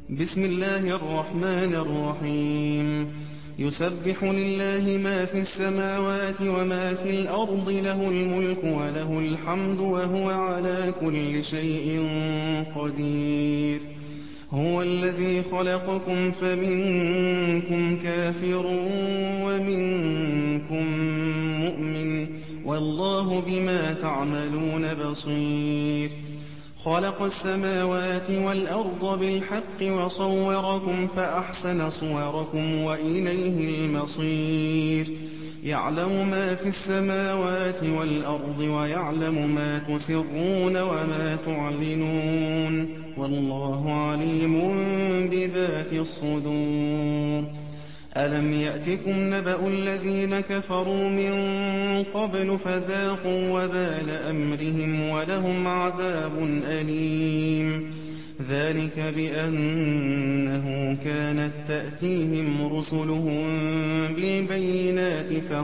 بسم الله الرحمن الرحيم يسبح لله ما في السماوات وما في الأرض له الملك وله الحمد وهو على كل شيء قدير هو الذي خلقكم فمنكم كافر ومنكم مؤمن والله بما تعملون بصير خلق السماوات والأرض بالحق وصوركم فأحسن صوركم وإليه المصير يعلم ما في السماوات والأرض ويعلم ما تسرون وما تعلنون والله عليم بذات الصدور ألم يأتكم نبأ الذين كفروا من قبل فذاقوا وبال أمرهم ولهم عذاب أليم ذلك بأنه كانت تأتيهم رسلهم بالبينات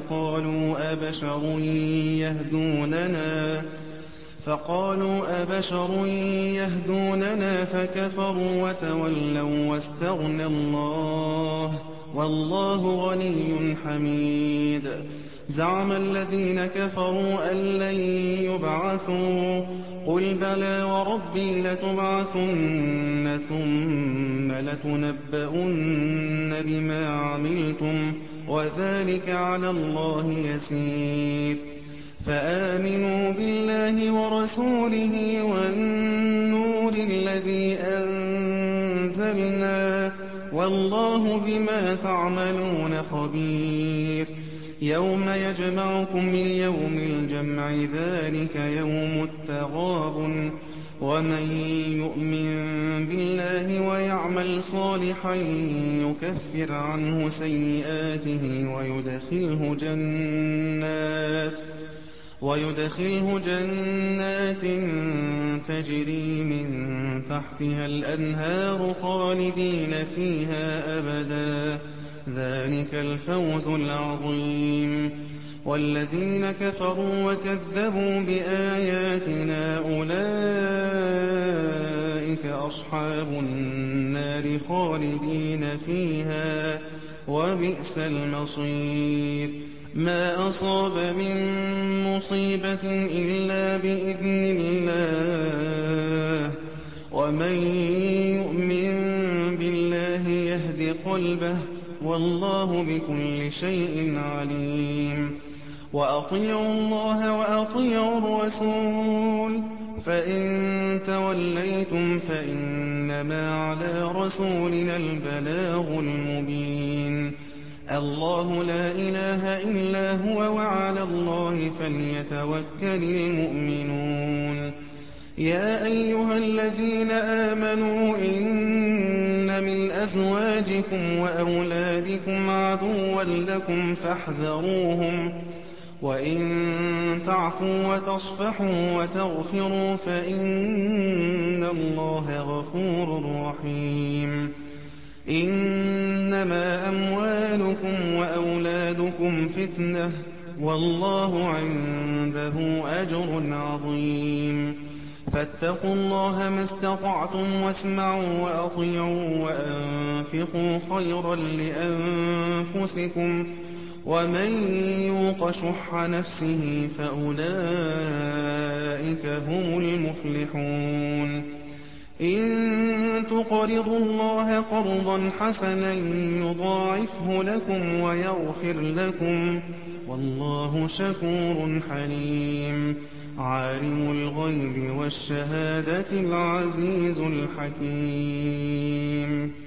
فقالوا أبشر يهدوننا فكفروا وتولوا واستغنى الله والله غني حميد زعم الذين كفروا أن لن يبعثوا قل بلى وربي لتبعثن ثم لتنبؤن بما عملتم وذلك على الله يسير فآمنوا بالله ورسوله والنور الذي أنزلنا والله بما تعملون خبير يوم يجمعكم ليوم الجمع ذلك يوم التغابن ومن يؤمن بالله ويعمل صالحا يكفر عنه سيئاته ويدخله جنات تجري من تحتها الأنهار خالدين فيها أبدا ذلك الفوز العظيم والذين كفروا وكذبوا بآياتنا أولئك أصحاب النار خالدين فيها وبئس المصير ما أصاب من مصيبة إلا بإذن الله ومن يؤمن بالله يهد قلبه والله بكل شيء عليم وأطيعوا الله وأطيعوا الرسول فإن توليتم فإنما على رسولنا البلاغ المبين الله لا إله إلا هو وعلى الله فليتوكل المؤمنون يا أيها الذين آمنوا إن من أزواجكم وأولادكم عدوا لكم فاحذروهم وإن تعفوا وتصفحوا وتغفروا فإن الله غفور رحيم إنما أموالكم وأولادكم فتنة والله عنده أجر عظيم فاتقوا الله ما استطعتم واسمعوا وأطيعوا وأنفقوا خيرا لأنفسكم ومن يوق شح نفسه فأولئك هم المفلحون إن تقرضوا الله قرضا حسنا يضاعفه لكم ويغفر لكم والله شكور حليم عالم الغيب والشهادة العزيز الحكيم